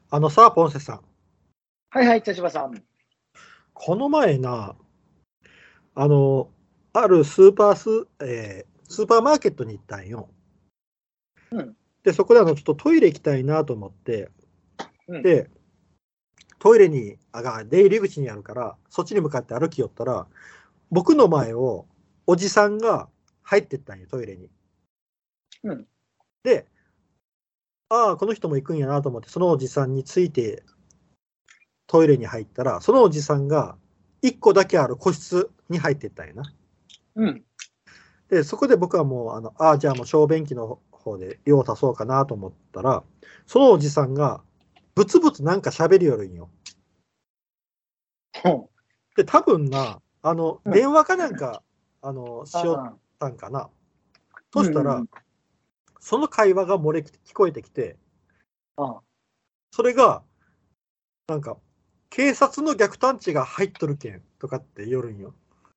さあ、ポンセさん。 はいはい、茶芝さん。 この前な、あの、あるスーパーマーケットに行ったんよ。 うん、 で、そこでちょっとトイレ行きたいなと思って、 うん、 で、トイレ出入り口にあるから、そっちに向かって歩き寄ったら、僕の前をおじさんが入ってったんよ、トイレに。 うん。 で、ああ、この人も行くんやなと思って、そのおじさんについてトイレに入ったら、そのおじさんが1個だけある個室に入ってったんやな。 うん。 で、そこで僕はもう、じゃあもう小便器の方で用を足そうかなと思ったら、そのおじさんが、ブツブツなんか喋りよるんよ。 ほで、多分な、 う。うん。 電話かなんか、しよっああ。 たんかな。そしたら、 うん。 その会話が聞こえてきて、 ああ。 それが、なんか、警察の逆探知が入っとるけんとかって言おるんよ。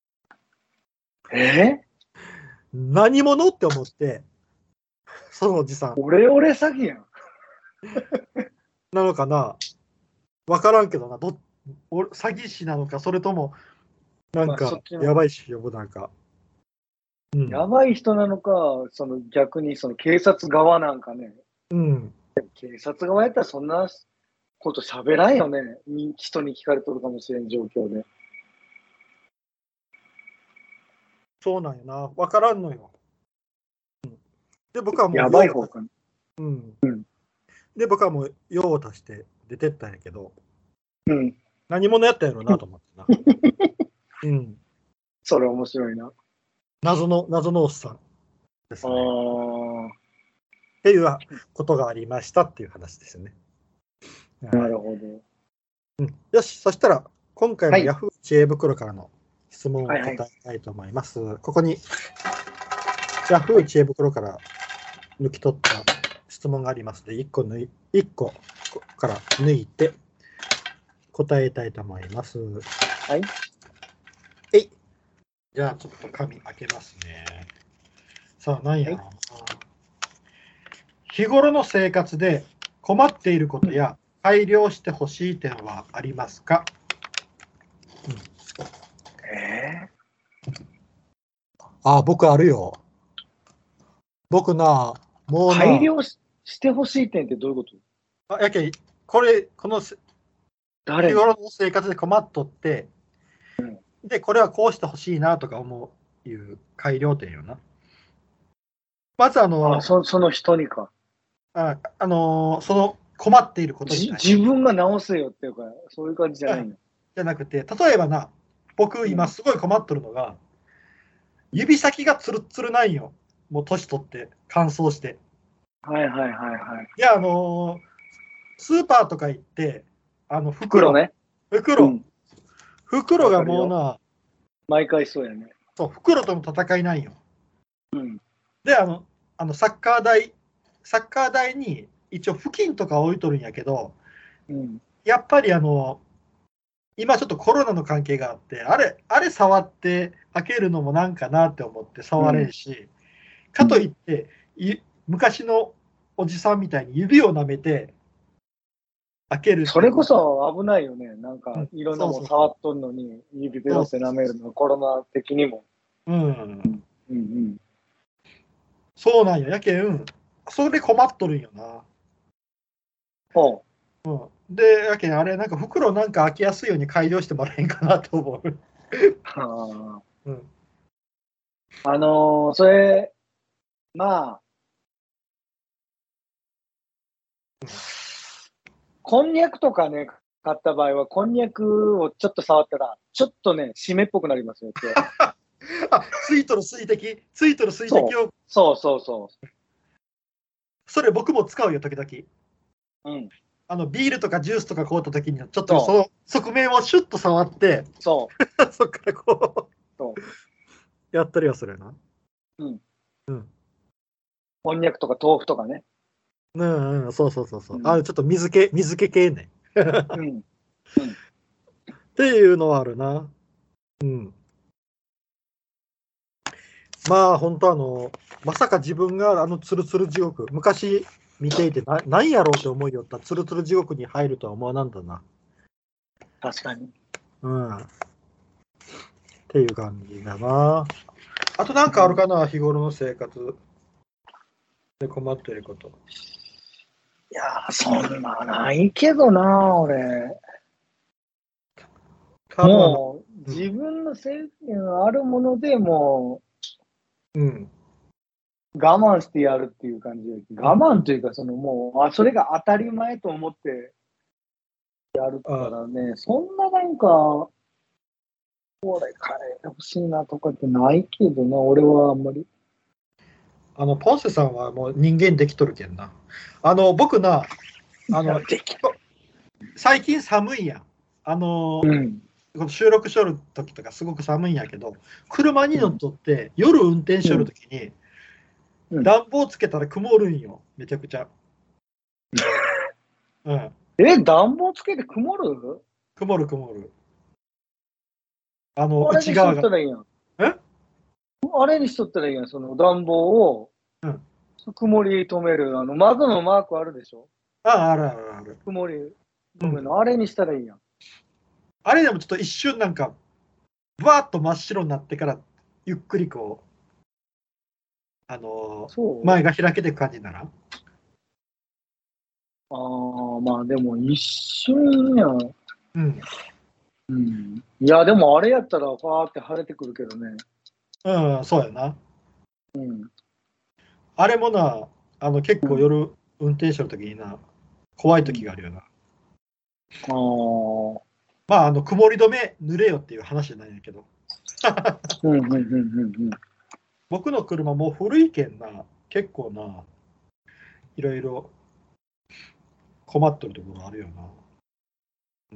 え何者って思って、そのおじさん。 オレオレ詐欺やん。 なのかなわからんけどな。詐欺師なのか、それとも、なんまあ、そか、 っちの、 やばいし、呼ぶなんか。うん。 やばい人なのか、その逆にその警察側なんかね。 うん。 警察側やったらそんなこと喋らんよね。人に聞かれとるかもしれん状況で。 そうなんよな。わからんのよ。で、僕はもうやばい方かな。 うん。 うん。 で、僕はもう用を足して出てったんやけど、 うん。 何者やったんやろなと思ってな。うん。 それ面白いな。 謎のおっさんであすね。 あ。 っていうことがありましたっていう話ですよね。はい。 なるほど。 うん、よし、そしたら、今回はい。 も Yahoo 知恵袋からの質問をはいはい。 答えたいと思います。ここに Yahoo 知恵袋から抜き取った質問がありますので、1個から抜いて答えたいと思います。 はい。 じゃあ、ちょっと紙開けますね。さあ、何やろうな。日頃の生活で困っていることや改良してほしい点はありますか？僕あるよ。僕な、もうな、 改良してほしい点ってどういうこと？ やけ、この日誰に？ 頃の生活で困っとって、で、これはこうしてほしいなとか思ういう改良点よな。まずその人にか。 その困っていることに対して。 自分が直せよっていうか、そういう感じじゃないの。 じゃなくて、例えばな、僕今すごい困っとるのが、指先がツルツルないよ。もう年取って乾燥して。 はいはいはいはい。 いや、スーパーとか行って、 袋ね。う袋、 ん。 袋がわかるよ。 もうな、 毎回そうやね。 そう、袋との戦いないよ。 うん。 で、サッカー台に一応布巾とか置いとるんやけど、 うん。 やっぱり今ちょっとコロナの関係があって、あれ触って開けるのもなんかなって思って触れんし、かといって、昔のおじさんみたいに指を舐めて開けるっそれこていうのは、 そ危ないよね。なんか、いろんなそうそうそもん触っとんのに、指ペう。 ロって舐めるの、コロナ的にも。 うん。 うんうん。 そうなんや。やけん、それで困っとるんよな。 ほうん。で、やけん、あれ、なんか袋なんか開けやすいように改良してもらえんかなと思う。 う。 うん。 それ、まあ、こんにゃくとかね、買った場合は、こんにゃくをちょっと触ったら、ちょっとね、湿っぽくなりますよって。 ついとる水滴を、 そうそうそそれ僕も使うよ、時々。 う。うん。 ビールとかジュースとか買うた時に、ちょっとそうその側面をシュッと触って、 そそっからこそう、やったりはするよな。 う。うん。 うん。 こんにゃくとか豆腐とかね。 うんうん、そうそうそうそう。 うん。 ちょっと水気系ね。 うん。うん。 っていうのはあるな。うん。まあ、本当まさか自分がツルツル地獄、昔、 見ていて何やろうって思いよったら、つるつる地獄に入るとは思わなんだな。 確かに。 うん。っていう感じだな。あとなんかあるかな、日頃の生活で困っていること。 いやー、そんなないけどな、俺。もう、自分の制限あるものでもうん。 う、我慢してやるっていう感じで、我慢というか、もう、それが当たり前と思ってやるからね、そんななんか、これ変えてほしいなとかってないけどな、俺はあんまり。 ポンセさんはもう人間できとるけんな。僕な、最近寒いやん。 うん、 この収録しとる時とかすごく寒いんやけど、車に乗っとって、夜運転しとる時に、暖房つけたら曇るんよ、めちゃくちゃ。うん。 暖房つけて曇る？ 曇る曇る。 あれにしと内側が。 ったらいいやん。あれにしとったらいいやん、その暖房を、曇り止める、窓のマークあるでしょ？ あるあるある。 曇り止めるの、あれにしたらいいやん。 あれでもちょっと一瞬なんか、バーッと真っ白になってから、ゆっくりこう、前が開けていく感じなら。 まあでも一瞬やん。 うん。 いや、でもあれやったら、ファーって晴れてくるけどね。 うん、そうやな。 うん。 あれもな、結構夜運転してる時にな、怖い時があるよな。まあ、曇り止め濡れよっていう話じゃないんだけど。僕の車もう古いけんな、結構な、いろいろ困ってるところあるよな。うん。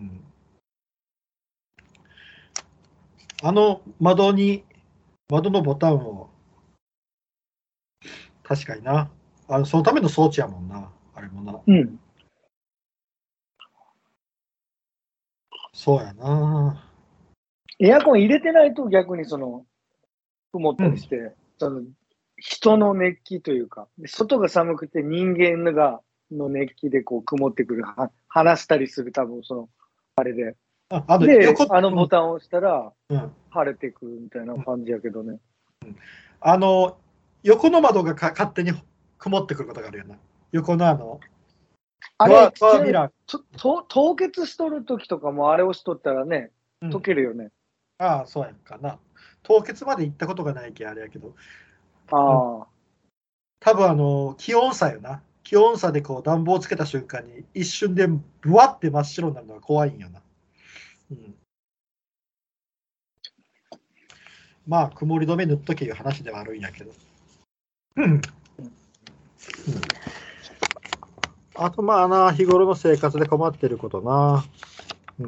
窓のボタンを、確かにな。そのための装置やもんな、あれもな。 うん。 そうやな。 エアコン入れてないと逆に曇ったりして、人の熱気というか、外が寒くて人間の熱気でこう曇ってくる、話したりする、多分あれで。で、ボタンを押したら、晴れてくるみたいな感じやけどね。 横の窓が勝手に曇ってくることがあるよな。横のあれ、凍結しとるときとかもあれをしとったらね、溶けるよね。 ああ、そうやんかな。凍結まで行ったことがないけあれやけど。 多分気温差よな。気温差でこう暖房つけた瞬間に一瞬でブワって真っ白になるのが怖いんよな。うん。まあ、曇り止め塗っとけいう話ではあるんやけど。あとまあな、日頃の生活で困ってることな。うん。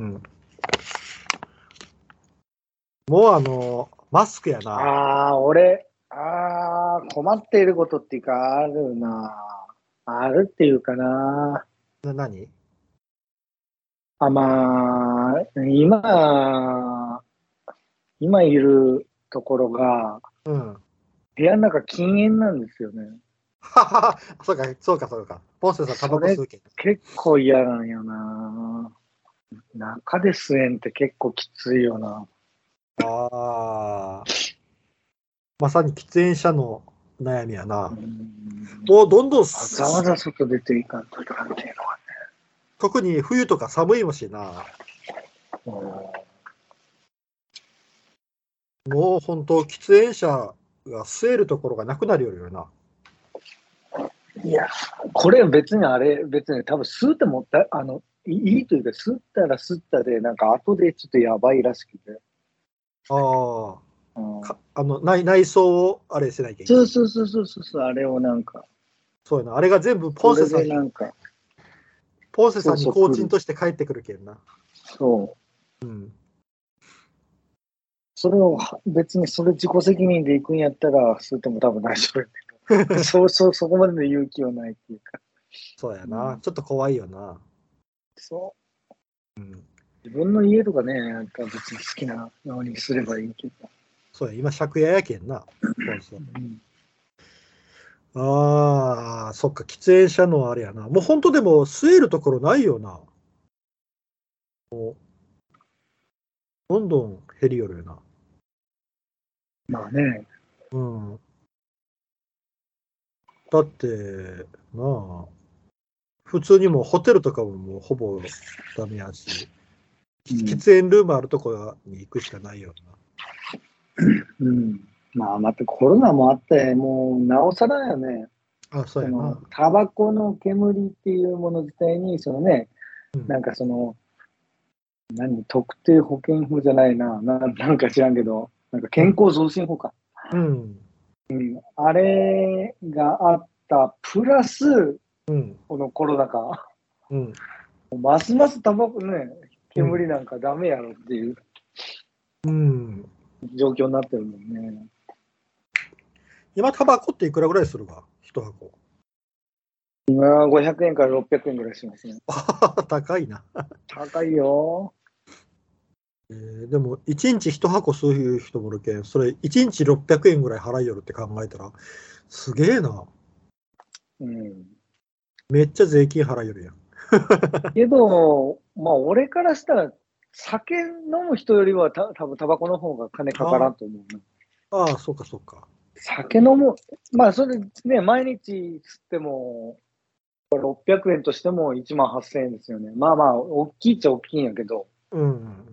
もうマスクやな。 困っていることっていうか、あるな。あるっていうかな。 何？ まあ、今いるところが、部屋の中禁煙なんですよね。 そうか、そうか、そうか。ポンセさん、タバコ吸うけど。 結構嫌なんよな。中で吸えんって結構きついよな。 まさに喫煙者の悩みやな。もうどんどんわざわざ外出ていかんといかんっていうのはね。 特に冬とか寒いもしな。もう本当、喫煙者が吸えるところがなくなるよな。 いや、これ別に多分吸ってもいいというか、吸ったら吸ったで、なんか後でちょっとやばいらしくて。 内装をあれせなきゃいけない。 そう、あれをなんか。 そうやな、あれが全部ポンセさんに工賃として帰ってくるけんな。 そう。それを別にそれ自己責任で行くんやったら吸っても多分大丈夫やけど、そこまでの勇気はないっていうか。 そうやな、ちょっと怖いよな。 そう。自分の家とかね、なんか別に好きなようにすればいいけど。 そうや、今、借家やけんな。 そっか、喫煙者のあれやな。もう本当でも吸えるところないよな。どんどん減りよるよな。 まあね。 うん。だって、なあ、普通にもうホテルとかももうほぼダメやし、喫煙ルームあるとこに行くしかないようん。まあ、またコロナもあって、もうなおさらよね。 な。あ、そうやな。 タバコの煙っていうもの自体に、 うんなんか特定保険法じゃないな、なんか知らんけど、なんか健康増進法か。 うん。 あれがあったプラス、 うん。 このコロナ禍、 うん。 ますますタバコね、煙なんかダメやろっていううん。 状況になってるもんね。 今、タバコっていくらぐらいするか、一箱。 今は500円から600円ぐらいしますね。 高いな。 高いよ。 でも、1日1箱吸う人もいるけん、それ1日600円ぐらい払いよるって考えたら、すげえな。 うん。 めっちゃ税金払いよるやん。 けど、まあ、俺からしたら、酒飲む人よりは多分タバコの方が金かからんと思うな。 ああ、そうかそうか。 酒飲む、まあ、それね、毎日吸っても、600円としても1万8000円ですよね。まあまあ、大きいっちゃ大きいんやけど、 うん。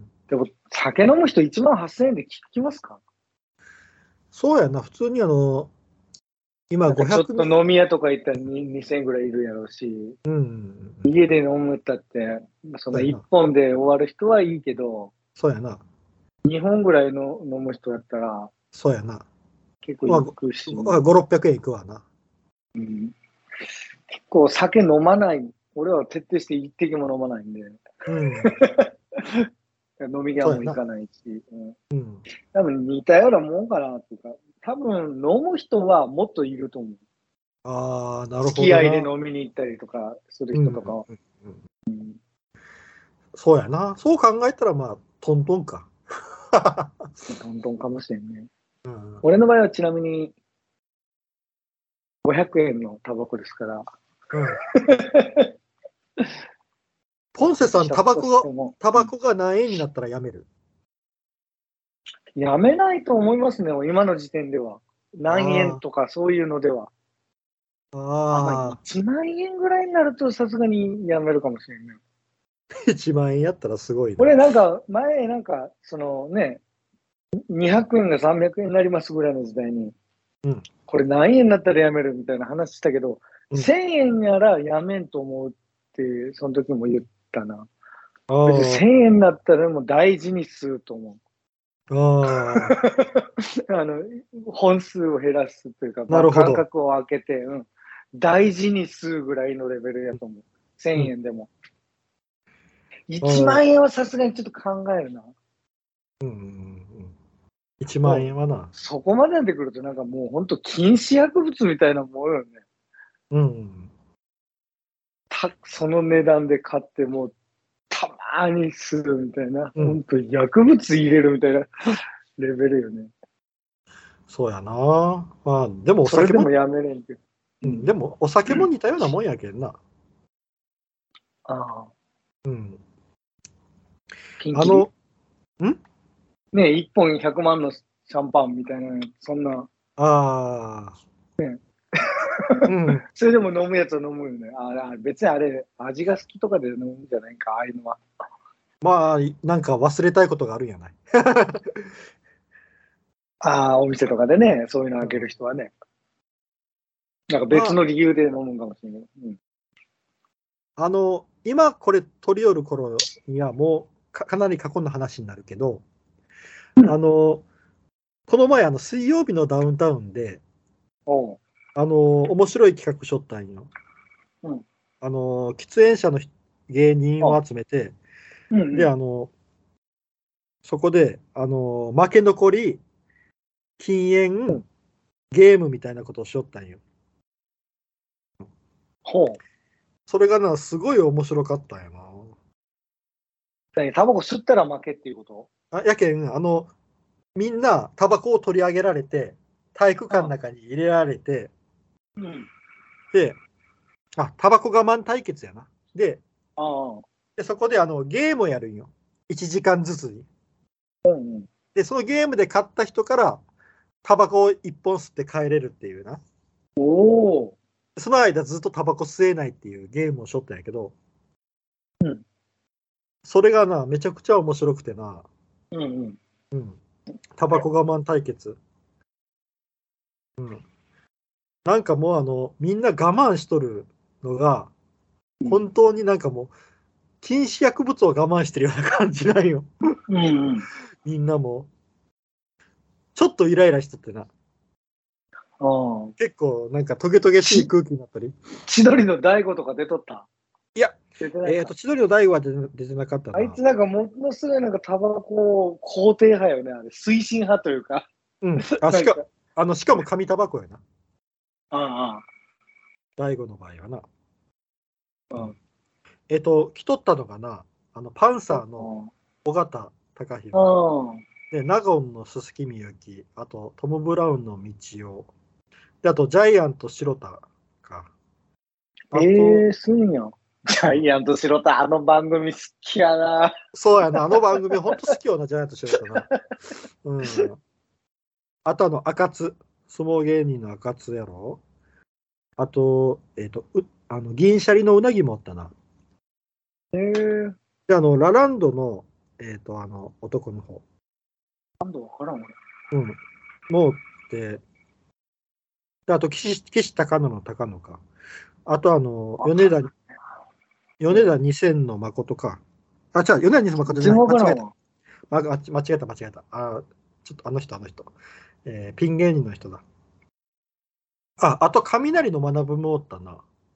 でも、酒飲む人1万8000円で聞きますか？ そうやな、普通に今なんかちょっ 500 と飲み屋とか行ったら2000円ぐらいいるやろうし、家で飲むったって、その1本で終わる人はいいけど、 そうやな。 2本ぐらいの飲む人だったら、 そうやな。 結構行くし、 5、600円いくわな。 結構酒飲まない、俺は徹底して一滴も飲まないんで、飲み屋も行かないし、多分似たようなもんかなっていうか、多分飲む人はもっといると思う。 ああ、なるほど。 付き合いで飲みに行ったりとかする人とかは。 そうやな。そう考えたら、まあ、トントンか。 トントンかもしれんね。俺の場合はちなみに、500円のタバコですから。 ポンセさん、タバコが何円になったらやめる？ やめないと思いますね、今の時点では。何円とかそういうのでは。まあ、1万円ぐらいになるとさすがにやめるかもしれない。 1万円やったらすごいな。 これなんか、前なんか、200円が300円になりますぐらいの時代に、これ何円になったらやめるみたいな話したけど、1000円やらやめんと思うって、その時も言ったな。別に1000円になったらもう大事にすると思う。本数を減らすというか、間隔を空けて、大事に吸うぐらいのレベルやと思う。1000円でも。1万円はさすがにちょっと考えるな。 1万円はな。 そこまででくるとなんかもう本当禁止薬物みたいなもんよね。その値段で買ってもうたまーにするみたいな。本当薬物入れるみたいなレベルよね。 そうやな。まあ、でもお酒も。それでもやめれんけど。 でもお酒も似たようなもんやけんな。 ピンキリね1本100万のシャンパンみたいな、そんな。それでも飲むやつは飲むよね。別にあれ、味が好きとかで飲むんじゃないか、ああいうのは。 まあ、なんか忘れたいことがあるんやない。 お店とかでね、そういうの開ける人はね。なんか別の理由で飲むかもしれない。 今これ取り寄る頃にはもうかなり過去の話になるけど、この前水曜日のダウンタウンで、面白い企画しょったんよ。喫煙者の芸人を集めて、で、そこで、負け残り、禁煙、ゲームみたいなことをしよったんよ。それがな、すごい面白かったんよな。タバコ吸ったら負けっていうこと？ やけん、みんなタバコを取り上げられて、体育館の中に入れられて、で、 タバコ我慢対決やな。で、 ああ。 そこでゲームをやるんよ。1時間ずつに。 うんうん。 で、そのゲームで勝った人から、タバコを1本吸って帰れるっていうな。 おお。 その間ずっとタバコ吸えないっていうゲームをしょったんやけど、 うん。 それがな、めちゃくちゃ面白くてな。 うんうん。 うん。タバコ我慢対決。うん。なんかもうみんな我慢しとるのが、本当になんかもう、禁止薬物を我慢してるような感じなんよ。 うんうん。 みんなも。ちょっとイライラしとってな。 ああ。 結構なんかトゲトゲしい空気になったり。 千鳥の大悟とか出とった？ いや、 出てないか。 千鳥の大悟は出てなかったな。 あいつなんかものすごいなんかタバコ肯定派よね、あれ。推進派というか。 うん。しかも紙タバコやな。 ああ。 大悟の場合はな。 うん。 来とったのがな、パンサーの尾形貴弘。 ああ。 で、ナゴンの鈴木みゆき、あとトム・ブラウンの道夫。で、あとジャイアント白田か。あと、 すんや。ジャイアント白田、あの番組好きやな。 そうやな、番組ほんと好きよな、ジャイアント白田な。うん。あと赤津、相撲芸人の赤津やろ。あと、銀シャリのうなぎもおったな。で、ラランドの、男の方。 なんだわからんわ。 うん。もうって、で、あと岸高野の高野か。あと米田2000の誠か。あ、違う、米田2000の誠じゃない。間違えた。間違えた、間違えた。ちょっとあの人。ピン芸人の人だ。あと雷の学もおったな。 あ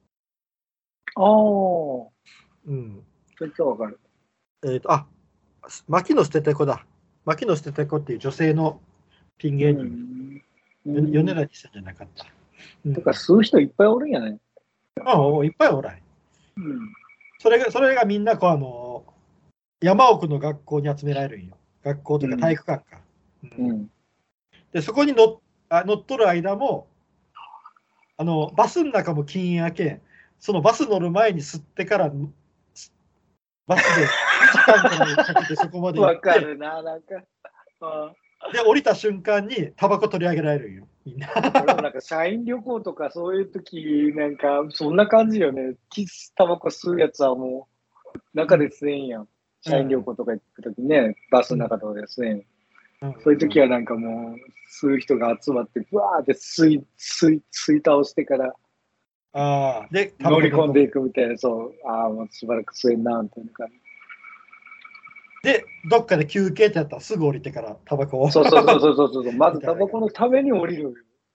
あ。 うん。 それとわかる。 牧野捨ててこだ。牧野捨ててこっていう女性のピン芸人。米田2000じゃなかった。 てか、吸う人いっぱいおるんやね。 いっぱいおらん。それがみんな山奥の学校に集められるんよ。学校というか体育館か。で、そこに乗っとる間も、バスの中も禁煙やけん、そのバス乗る前に吸ってから、バスで時間からかけてそこまで行って、 わかるな、なんか。 で、降りた瞬間にタバコ取り上げられるよ、みんな。 なんか社員旅行とかそういう時なんかそんな感じよね。タバコ吸うやつはもう中で吸えんやん。社員旅行とか行く時ね、バスの中とかで吸えん。そういう時はなんかもう吸う人が集まってブワーって吸い倒してからで、 乗り込んでいくみたいな、もうしばらく吸えんなみたいな感じ。 で、どっかで休憩ってやったらすぐ降りてからタバコを。 そう。まずタバコのために降りる。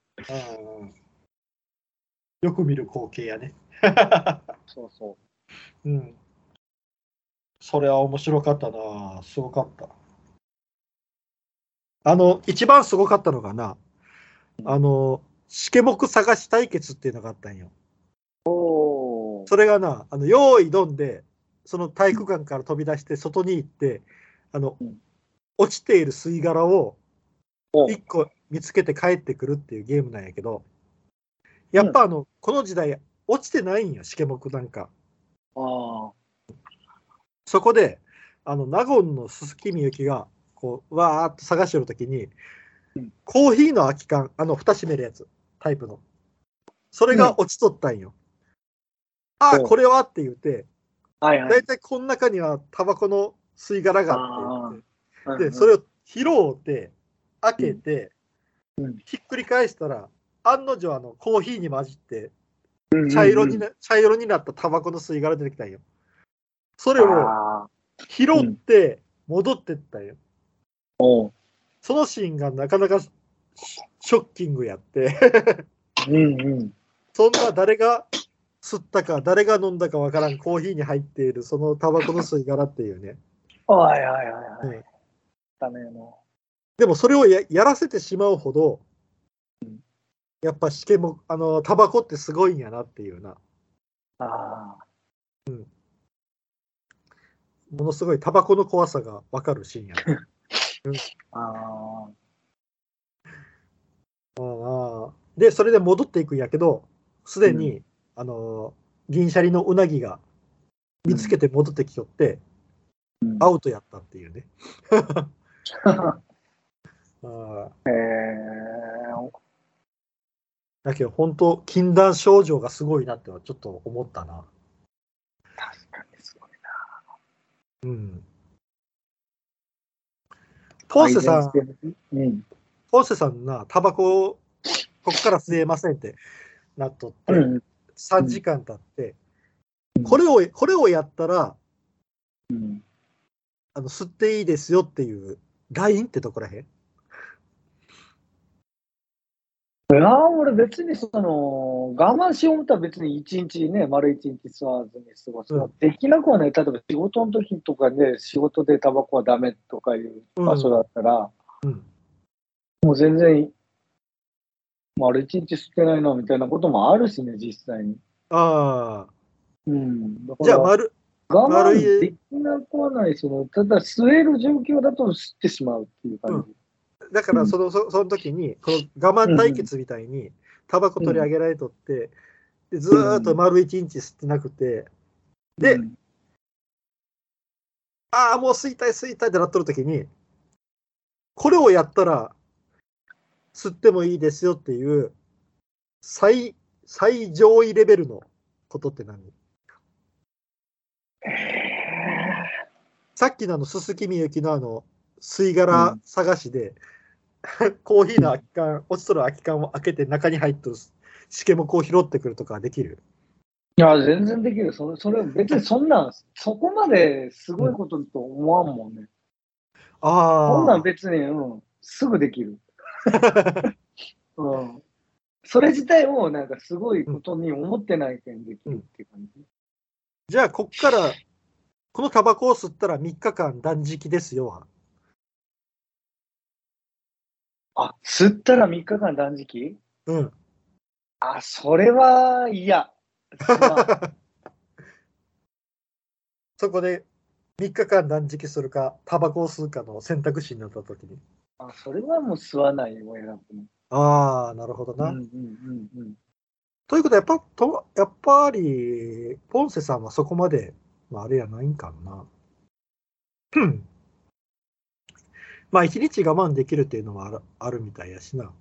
よく見る光景やね。 そう。 うん。それは面白かったな。すごかった。一番すごかったのがな、シケモク探し対決っていうのがあったんよ。それがな、用意どんで、その体育館から飛び出して外に行って、落ちている吸い殻を1個見つけて帰ってくるっていうゲームなんやけど、やっぱこの時代落ちてないんよ、シケモクなんか。そこで納言の鈴木みゆきがこうわーっと探してるときに、コーヒーの空き缶、蓋閉めるやつタイプのそれが落ちとったんよ。これはって言って、だいたいこの中にはタバコの吸い殻があって、でそれを拾うて開けて、ひっくり返したら案の定コーヒーに混じって茶色になったタバコの吸い殻出てきたんよ。それを拾って戻ってったんよ。そのシーンがなかなかショッキングやってそんな誰が吸ったか誰が飲んだかわからんコーヒーに入っているそのタバコの吸い殻っていうね。でもそれをやらせてしまうほど、やっぱタバコってすごいんやなっていうな。ものすごいタバコの怖さがわかるシーンやな。で、それで戻っていくんやけど、すでに、 銀シャリのうなぎが見つけて戻ってきよって、アウトやったっていうね。だけど本当禁断症状がすごいなってはちょっと思ったな。 確かにすごいな。うん。ポンセさん、ポンセさんな、タバコをここから吸えませんってなっとって、3時間経って、これをやったら、吸っていいですよっていうラインってとこらへん？ 俺別に我慢しよう思ったら別に一日ね、丸一日吸わずに過ごす。できなくはない。例えば仕事の時とかで、仕事でタバコはダメとかいう場所だったら、もう全然、丸一日吸ってないなみたいなこともあるしね、実際に。 ああ。 だからじゃあ我慢できなくはないしね、ただ吸える状況だと吸ってしまうっていう感じ。 だからその時にこの我慢対決みたいにタバコ取り上げられとって、でずーっと丸一日吸ってなくて、で、ああもう吸いたいってなっとる時にこれをやったら吸ってもいいですよっていう最上位レベルのことって何？さっきのすすきみゆきの吸い殻探しで、コーヒーの空き缶、落ちとる空き缶を開けて中に入っとるしけもこう拾ってくるとかできる？ いや、全然できる。それ別にそこまですごいことと思わんもんね。そんなん別に、すぐできる。それ自体をなんかすごいことに思ってないけんできるっていう感じ。 じゃあ、こっから、このタバコを吸ったら3日間断食ですよ。 吸ったら3日間断食？ うん。 それは嫌。 そこで3日間断食するか、タバコを吸うかの選択肢になったときに。 それはもう吸わないを選ぶね。 なるほどな。ということは、やっぱり、ポンセさんはそこまで、あれやないんかな。まあ、1日我慢できるっていうのはあるみたいやしな。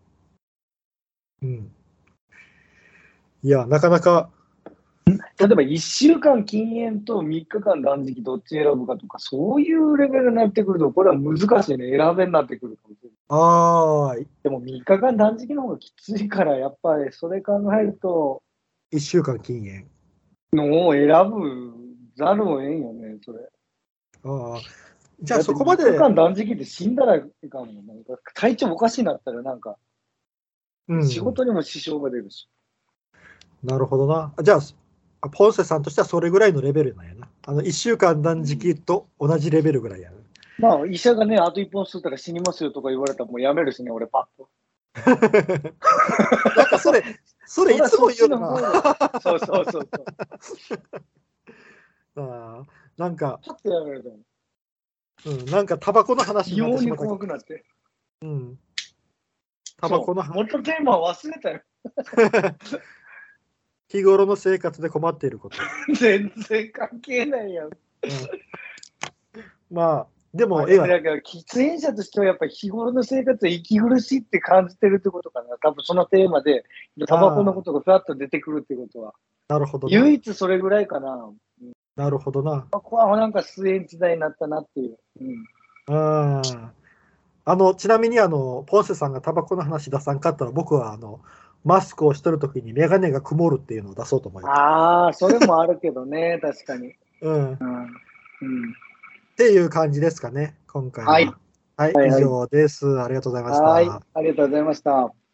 いや、なかなか。 例えば1週間禁煙と3日間断食どっち選ぶかとか、そういうレベルになってくると、これは難しいね。選べになってくるかもしれない。でも3日間断食の方がきついから、やっぱりそれ考えると、 1週間禁煙のを選ぶざるをえんよね、それ。 じゃあそこまで。 3日間断食って死んだらいかんもん。なんか体調おかしいなったら、なんか、仕事にも支障が出るし。 なるほどな。じゃあ、ポンセさんとしてはそれぐらいのレベルなんやな。1週間断食と同じレベルぐらいやな。 まあ、医者がね、あと1本吸ったら死にますよとか言われたらもうやめるしね、俺パッと。 なんかそれいつも言うな。 そう。 なんか、 パッとやめると思う。なんかタバコの話になってしまった。異様に怖くなって。 タバコの話。 元テーマ忘れたよ。 日頃の生活で困っていること。 全然関係ないやん。 まあ、でも、 だから喫煙者としてはやっぱり日頃の生活は息苦しいって感じてるってことかな。多分そのテーマで、タバコのことがふわっと出てくるってことは。 なるほど。 唯一それぐらいかな。 なるほどな。 タバコはなんか吸煙時代になったなっていう。 ちなみにポンセさんがタバコの話出さんかったら、僕はマスクをしてるときにメガネが曇るっていうのを出そうと思います。それもあるけどね、確かに。 っていう感じですかね、今回は。はい、以上です。ありがとうございました。 はい、ありがとうございました。